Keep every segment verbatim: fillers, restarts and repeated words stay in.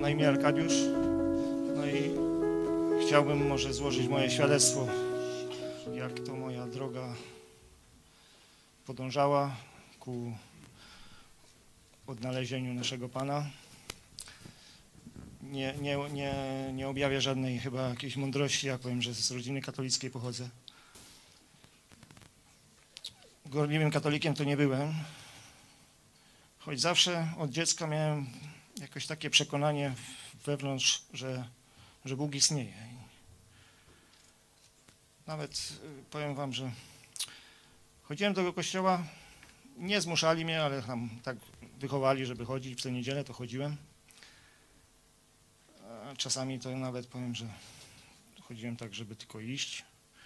na imię Arkadiusz. No i chciałbym może złożyć moje świadectwo, jak to moja droga podążała ku odnalezieniu naszego Pana. Nie, nie, nie, nie objawię żadnej chyba jakiejś mądrości, jak powiem, że z rodziny katolickiej pochodzę. Gorliwym katolikiem to nie byłem, choć zawsze od dziecka miałem jakoś takie przekonanie wewnątrz, że, że Bóg istnieje. Nawet powiem wam, że chodziłem do tego kościoła, nie zmuszali mnie, ale tam tak wychowali, żeby chodzić, w tę niedzielę to chodziłem. A czasami to nawet powiem, że chodziłem tak, żeby tylko iść.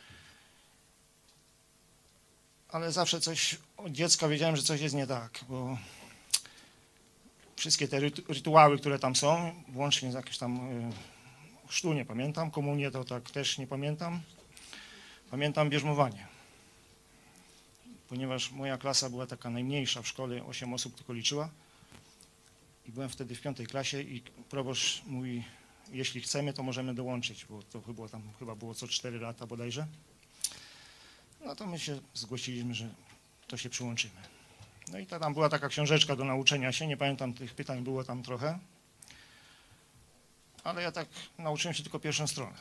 Ale zawsze coś od dziecka wiedziałem, że coś jest nie tak, bo wszystkie te rytuały, które tam są, włącznie z jakimś tam chrztu nie pamiętam, komunię to tak też nie pamiętam. Pamiętam bierzmowanie, ponieważ moja klasa była taka najmniejsza w szkole, osiem osób tylko liczyła i byłem wtedy w piątej klasie i proboszcz mówi, jeśli chcemy, to możemy dołączyć, bo to było tam chyba było co cztery lata bodajże. No to my się zgłosiliśmy, że to się przyłączymy. No i ta, tam była taka książeczka do nauczenia się, nie pamiętam, tych pytań było tam trochę, ale ja tak nauczyłem się tylko pierwszą stronę.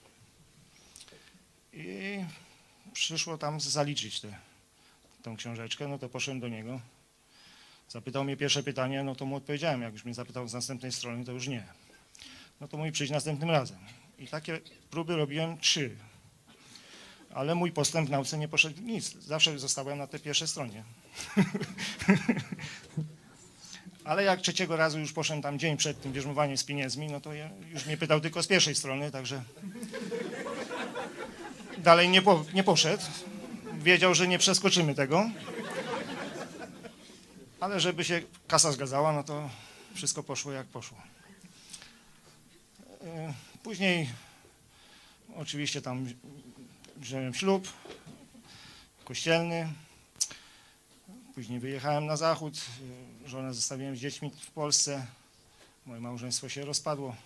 I przyszło tam zaliczyć tę tą książeczkę, no to poszedłem do niego. Zapytał mnie pierwsze pytanie, no to mu odpowiedziałem. Jak już mnie zapytał z następnej strony, to już nie. No to mówi, przyjdź następnym razem. I takie próby robiłem trzy. Ale mój postęp w nauce nie poszedł nic. Zawsze zostałem na tej pierwszej stronie. Ale jak trzeciego razu już poszedłem tam dzień przed tym bierzmowaniem z pieniędzmi, no to ja już mnie pytał tylko z pierwszej strony, także dalej nie, po, nie poszedł. Wiedział, że nie przeskoczymy tego. Ale żeby się kasa zgadzała, no to wszystko poszło jak poszło. Później oczywiście tam wziąłem ślub kościelny. Później wyjechałem na zachód. Żonę zostawiłem z dziećmi w Polsce. Moje małżeństwo się rozpadło.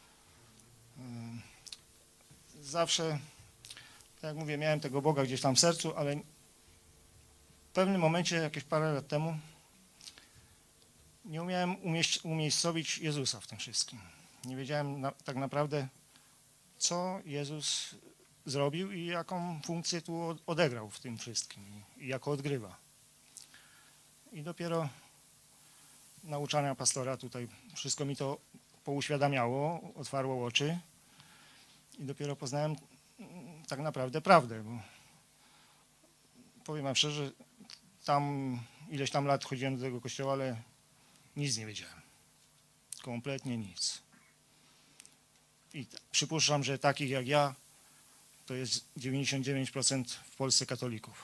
Zawsze, tak jak mówię, miałem tego Boga gdzieś tam w sercu, ale w pewnym momencie, jakieś parę lat temu, nie umiałem umieść, umiejscowić Jezusa w tym wszystkim. Nie wiedziałem na, tak naprawdę, co Jezus zrobił i jaką funkcję tu odegrał w tym wszystkim i jako odgrywa. I dopiero nauczania pastora tutaj wszystko mi to pouświadamiało, otwarło oczy i dopiero poznałem tak naprawdę prawdę, bo powiem wam szczerze, tam ileś tam lat chodziłem do tego kościoła, ale nic nie wiedziałem. Kompletnie nic. I przypuszczam, że takich jak ja to jest dziewięćdziesiąt dziewięć procent w Polsce katolików.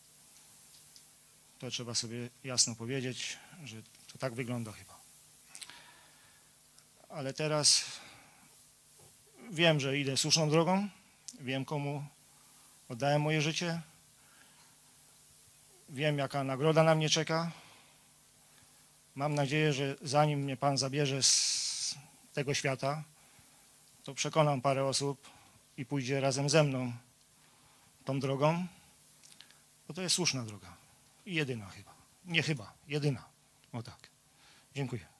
To trzeba sobie jasno powiedzieć, że to tak wygląda chyba. Ale teraz wiem, że idę słuszną drogą, wiem, komu oddałem moje życie, wiem, jaka nagroda na mnie czeka. Mam nadzieję, że zanim mnie Pan zabierze z tego świata, to przekonam parę osób i pójdzie razem ze mną tą drogą, bo to jest słuszna droga i jedyna chyba. Nie chyba, jedyna. O tak. Dziękuję.